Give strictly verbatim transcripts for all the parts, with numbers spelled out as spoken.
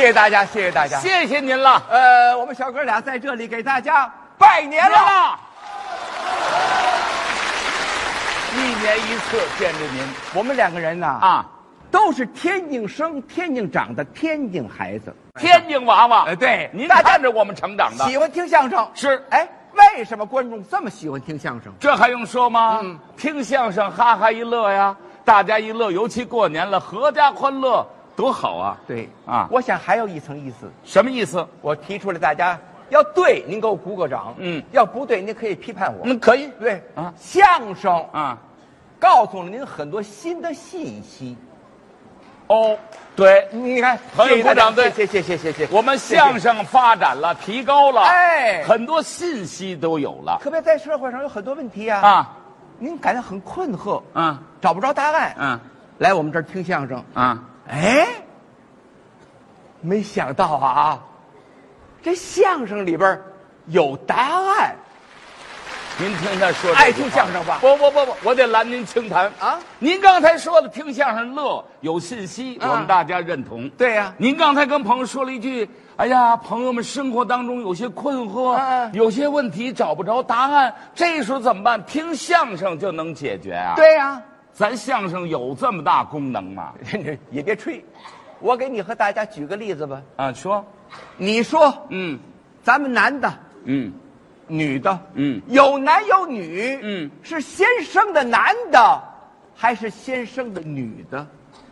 谢谢大家，谢谢大家， 谢谢您了。 呃，我们小哥俩在这里给大家拜年了。 一年一次见着您， 我们两个人呢啊， 都是天津生、天津长的天津孩子， 天津娃娃。 呃，对， 您大家看着我们成长的， 喜欢听相声是。 哎，为什么观众这么喜欢听相声？ 这还用说吗？ 嗯， 听相声哈哈一乐呀，大家一乐，尤其过年了，阖家欢乐，多好啊！ 对啊， 我想还有一层意思， 什么意思？ 我提出来，大家要对，您给我鼓个掌； 嗯， 要不对，您可以批判我。 嗯，可以。 对啊， 相声啊， 告诉了您很多新的信息。 哦，对， 你看， 朋友谢谢大家鼓掌，对， 谢谢谢谢谢谢。 我们相声发展了，提高了， 哎很多信息都有了特别在社会上有很多问题啊， 啊， 您感到很困惑， 嗯找不着答案， 嗯来我们这儿听相声， 啊， 哎，没想到啊，这相声里边有答案。 您听他说， 爱听相声吧？ 不不不不，我得拦您清谈啊！ 您刚才说的听相声乐有信息， 啊我们大家认同。 对呀您刚才跟朋友说了一句：“哎呀，朋友们生活当中有些困惑， 啊有些问题找不着答案，这时候怎么办？听相声就能解决啊！”， 对呀、 咱相声有这么大功能吗？ 也别吹，我给你和大家举个例子吧。 啊，说， 你说， 嗯咱们男的、 嗯女的， 嗯有男有女， 嗯， 是先生的男的，还是先生的女的？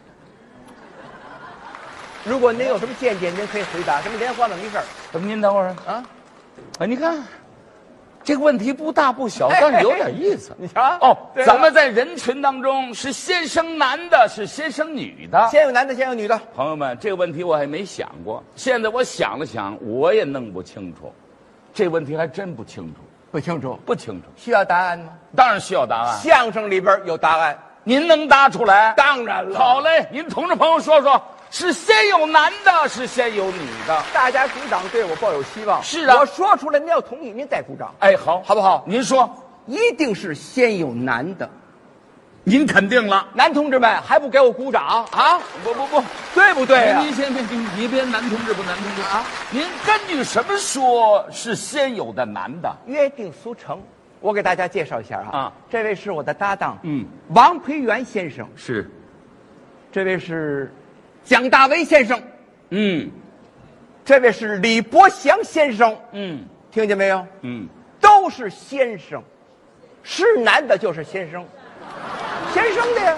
如果您有什么见解，您可以回答。什么连环了？没事儿怎么？您等会儿啊。 啊，你看，这个问题不大不小，但是有点意思。 你瞧， 哦， 对了咱们在人群当中是先生男的，是先生女的。 先有男的，先有女的。 朋友们，这个问题我还没想过。现在我想了想，我也弄不清楚，这问题还真不清楚， 不清楚， 不清楚。 需要答案吗？ 当然需要答案， 相声里边有答案。 您能答出来？ 当然了。 好嘞，您同志朋友说说，是先有男的，是先有女的？ 大家鼓掌，对我抱有希望。 是啊我说出来，您要同意，您再鼓掌， 哎，好， 好不好？ 您说， 一定是先有男的。 您肯定了？ 男同志们还不给我鼓掌啊？ 不不不， 对不对啊？ 您先别，您你别男同志不男同志啊？ 您根据什么说是先有的男的？ 约定俗成，我给大家介绍一下啊。 啊， 这位是我的搭档， 嗯， 王培元先生。 是， 这位是蒋大为先生， 嗯这位是李伯祥先生。 嗯听见没有？ 嗯， 都是先生，是男的就是先生，先生的呀。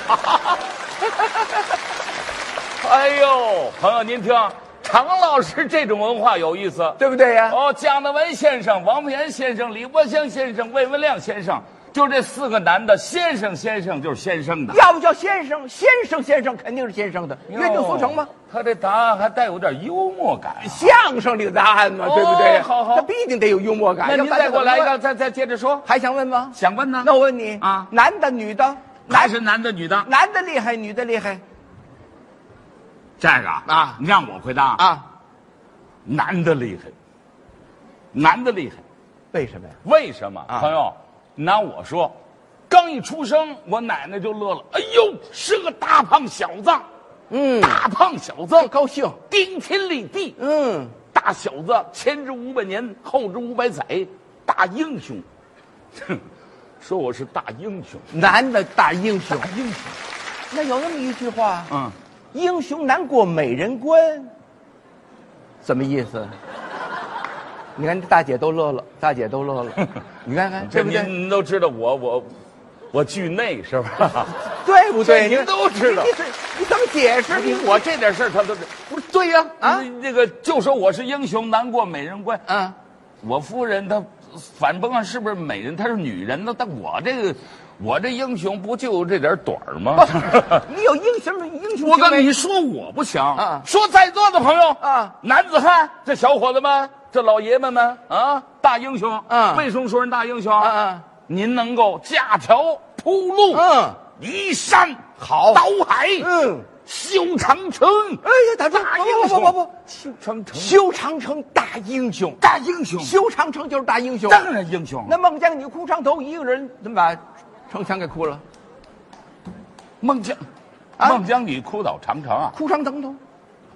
哎呦，朋友您听，常老师这种文化有意思。 对不对呀？ 哦，蒋大为先生、王培元先生、李伯祥先生、魏文亮先生，就这四个男的，先生先生就是先生的。 要不叫先生，先生先生肯定是先生的，约定俗成吗？ 他这答案还带有点幽默感、啊。 相声里的答案嘛， 哦对不对？ 好好他必定得有幽默感。 那您要不然再给我来一个， 怎么问， 再再接着说。 还想问吗？ 想问呢？ 那我问你啊男的女的？ 还是男的女的？ 男的厉害，女的厉害这个啊你让我回答。 啊？ 男的厉害，男的厉害。 为什么呀？ 为什么？ 啊朋友，拿我说，刚一出生，我奶奶就乐了。哎呦，是个大胖小子， 嗯， 大胖小子， 高兴。 顶天立地。 嗯， 大小子，前知五百年，后知五百载，大英雄。哼，说我是大英雄， 男的大英雄。 大英雄。 那有那么一句话， 嗯， 英雄难过美人关，什么意思？你看，大姐都乐了，大姐都乐了。你看看，对不对？ 您都知道我我我惧内是吧？ 对不对？ 这您都知道你你你怎么解释？你我这点事儿他都不是对呀啊那个就说我是英雄难过美人关。 啊， 我夫人她反甭管是不是美人，她是女人呢。但我这个我这英雄不就这点短儿吗？ 你有英雄英雄我跟行为你说我不行啊说在座的朋友啊， 男子汉，这小伙子们，这老爷们们啊，大英雄啊为什么说人大英雄啊啊？ 您能够架桥铺路， 嗯， 移山好倒海， 嗯， 修长城。 哎呀，打住！ 大英雄不不不不， 修长城， 修长城大英雄， 大英雄， 修长城就是大英雄。 当然英雄。 那孟姜女哭长头，一个人怎么把城墙给哭了？ 孟姜， 啊孟姜女哭倒长城啊！ 哭长城头，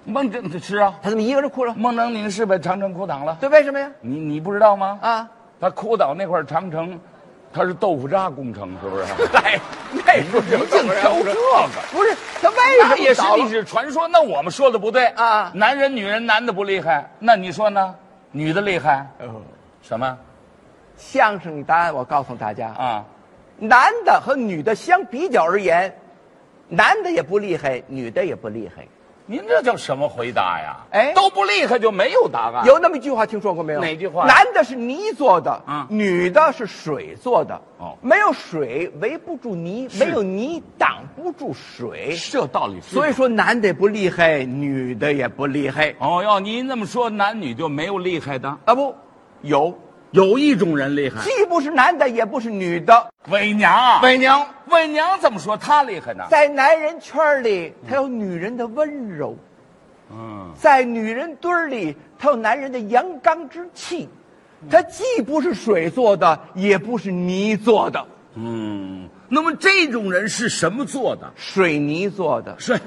孟真是啊， 他怎么一个人哭了？ 孟征女士被长城哭倒了。 对，为什么呀？ 你你不知道吗？ 啊， 他哭倒那块长城，他是豆腐渣工程，是不是？ 哎，那你就净挑这个。 不是他为什么那也是倒了历史传说。那我们说的不对啊男人女人，男的不厉害，那你说呢？女的厉害？ 哦什么相声的答案我告诉大家， 啊？ 男的和女的相比较而言，男的也不厉害，女的也不厉害。 您这叫什么回答呀？ 哎都不厉害就没有答案。 有那么一句话听说过没有？ 哪句话男的是泥做的， 嗯女的是水做的。 哦没有水围不住泥， 是没有泥挡不住水。 这道理是。 所以说，男的也不厉害，女的也不厉害。 哦哟，您这么说，男女就没有厉害的？ 啊不，有， 有一种人厉害， 既不是男的，也不是女的。 伪娘啊！ 伪娘伪娘怎么说她厉害呢？ 在男人圈里，她有女人的温柔； 嗯， 在女人堆儿里，她有男人的阳刚之气。她既不是水做的，也不是泥做的， 嗯，那么这种人是什么做的？ 水泥做的。 是。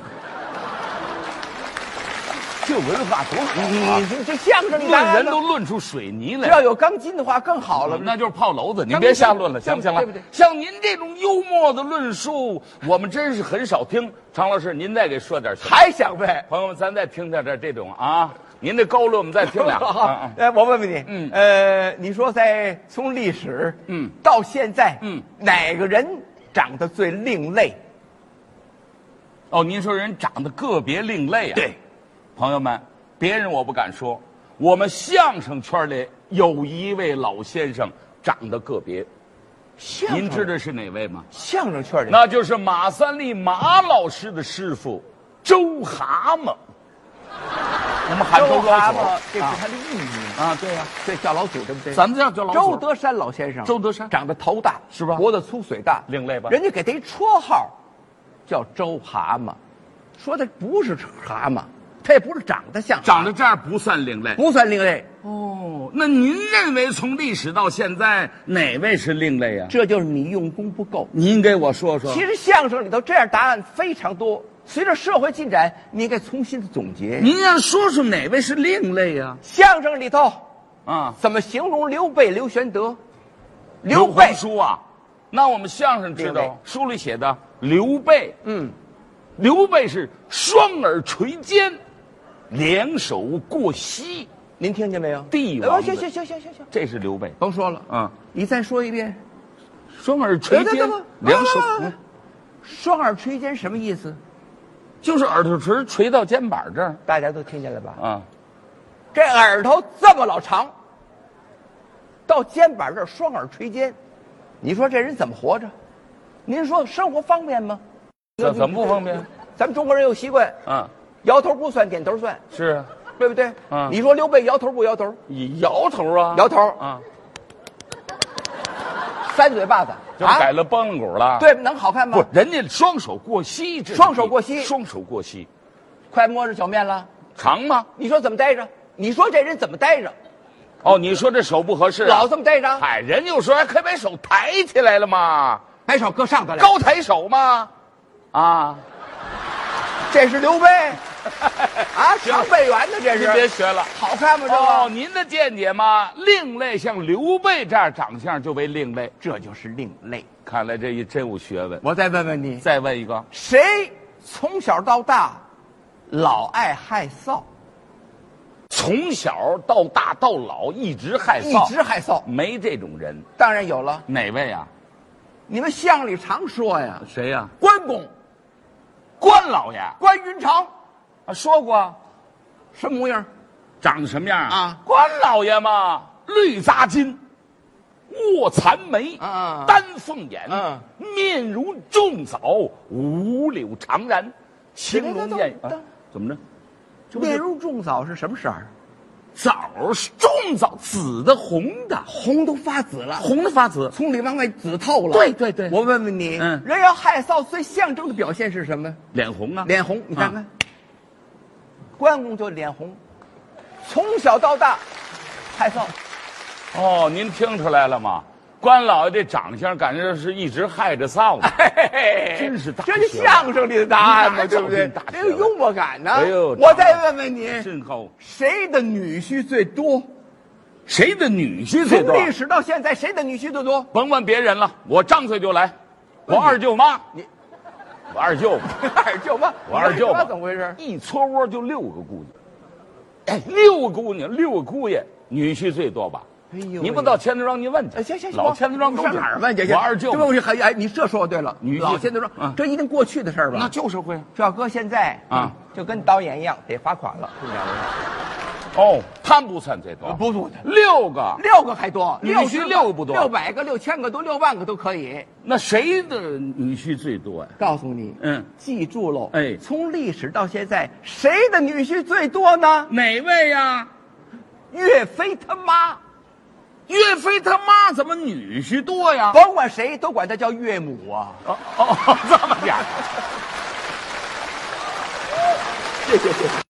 这文化多好啊！ 你这这相声论人都论出水泥来只要有钢筋的话更好了。 那就是炮楼子，您别瞎论了，行不行了？ 对不对？ 像您这种幽默的论述，我们真是很少听。常老师，您再给说点什么？ 还想呗？ 朋友们，咱再听听这这种啊，您这高论我们再听两个。啊呃，我问问你， 嗯呃，你说在从历史， 嗯到现在， 嗯， 哪个人长得最另类？ 哦，您说人长得个别另类啊？ 对， 朋友们，别人我不敢说，我们相声圈里有一位老先生长得个别， 相声您知道是哪位吗？ 相声圈里那就是马三立马老师的师傅周蛤蟆。我们喊周周蛤蟆老祖， 这是他的艺名啊，对呀、 这叫老祖，对不对？ 咱们这样叫老祖。 周德山老先生， 周德山长得头大是吧脖子粗腿大， 另类吧人家给他一绰号，叫周蛤蟆，说的不是蛤蟆，他也不是长得像蛤蟆， 长得这样不算另类。 不算另类， 哦，那您认为从历史到现在哪位是另类呀、 这就是你用功不够。 您给我说说。 其实相声里头这样答案非常多，随着社会进展，你应该重新的总结。 您要说说哪位是另类呀、 相声里头啊？ 怎么形容刘备、刘玄德？ 刘刘备备，书啊，那我们相声知另类道，书里写的刘备， 嗯， 刘备是双耳垂肩，两手过膝， 您听见没有？ 帝王的哎行行行行行行， 这是刘备。 甭说了， 嗯， 你再说一遍。 双耳垂肩哎等等， 两手， 啊嗯双耳垂肩什么意思？ 就是耳朵垂垂到肩膀这儿大家都听见了吧？ 啊。 这耳朵这么老长，到肩膀这儿双耳垂肩，你说这人怎么活着？您说生活方便吗？ 怎怎么不方便？ 咱们中国人有习惯， 啊， 摇头不算，点头算， 是啊， 对不对？ 嗯你说刘备摇头不摇头？ 你摇头啊， 摇头啊， 扇嘴巴子这不改了崩了骨了？， 对，能好看吗？ 不，人家双手过膝，这是双手过膝双手过膝， 快摸着脚面了。 长吗？ 你说怎么待着？你说这人怎么待着？ 哦，你说这手不合适、啊， 老这么待着， 哎，人就说还可以把手抬起来了嘛， 把手搁上头来。 高抬手吗？啊， 这是刘备啊，长北元的这您是， 别学了。 好看吗？这个、 哦，您的见解嘛，另类，像刘备这样长相就为另类。 这就是另类。 看来这一真有学问。 我再问问你， 再问一个， 谁从小到大老爱害臊， 从小到大到老一直害一臊， 直害臊？ 没这种人。 当然有了， 哪位啊？ 你们相声里常说呀， 谁呀、 关公、 关老爷关云长啊，说过， 什么模样？ 长得什么样啊？ 关老爷嘛，绿扎巾，卧蚕眉， 啊丹凤眼， 嗯面如重枣，五柳长髯，青龙等等偃啊等等， 怎么着？这不是面如重枣是什么色儿？ 枣是重枣，紫的红的， 红都发紫了， 红的发紫。 从里往外紫透了。 对对对我问问你， 嗯人要害臊最象征的表现是什么？ 脸红啊， 脸红，你看看， 啊关公就脸红，从小到大害臊。 哦，您听出来了吗？ 关老爷的长相，感觉是一直害着臊子，真是大学问。 这是相声里的答案嘛， 你对不对大？ 这有幽默感呢。 哎呦我再问问你， 真好。 谁的女婿最多？ 谁的女婿最多？ 从历史到现在，谁的女婿最多？ 甭问别人了，我张嘴就来。我二舅妈， 你， 我二舅， 二舅妈， 我二舅妈怎么回事？ 一撮窝就六个姑娘，哎，六个姑娘，六个姑爷，女婿最多吧？ 哎呦， 你不到钱德庄，你问去。 哎，行行行， 老钱德庄都上哪儿问去？ 我二舅这问题还哎，你这说对了， 女婿老钱德庄， 嗯这一定过去的事儿吧？ 那就是会这要搁现在啊， 就跟导演一样，得罚款了。 哦，他们不算最多， 不不， 六个， 六个还多， 女婿六十六个不多六百个、六千个都六万个都可以。 那谁的女婿最多呀？ 告诉你， 嗯， 记住喽， 哎从历史到现在，谁的女婿最多呢？ 哪位呀？ 岳飞他妈， 岳飞他妈怎么女婿多呀？ 甭管谁都管他叫岳母啊。 哦哦，这么点儿。 谢谢谢谢。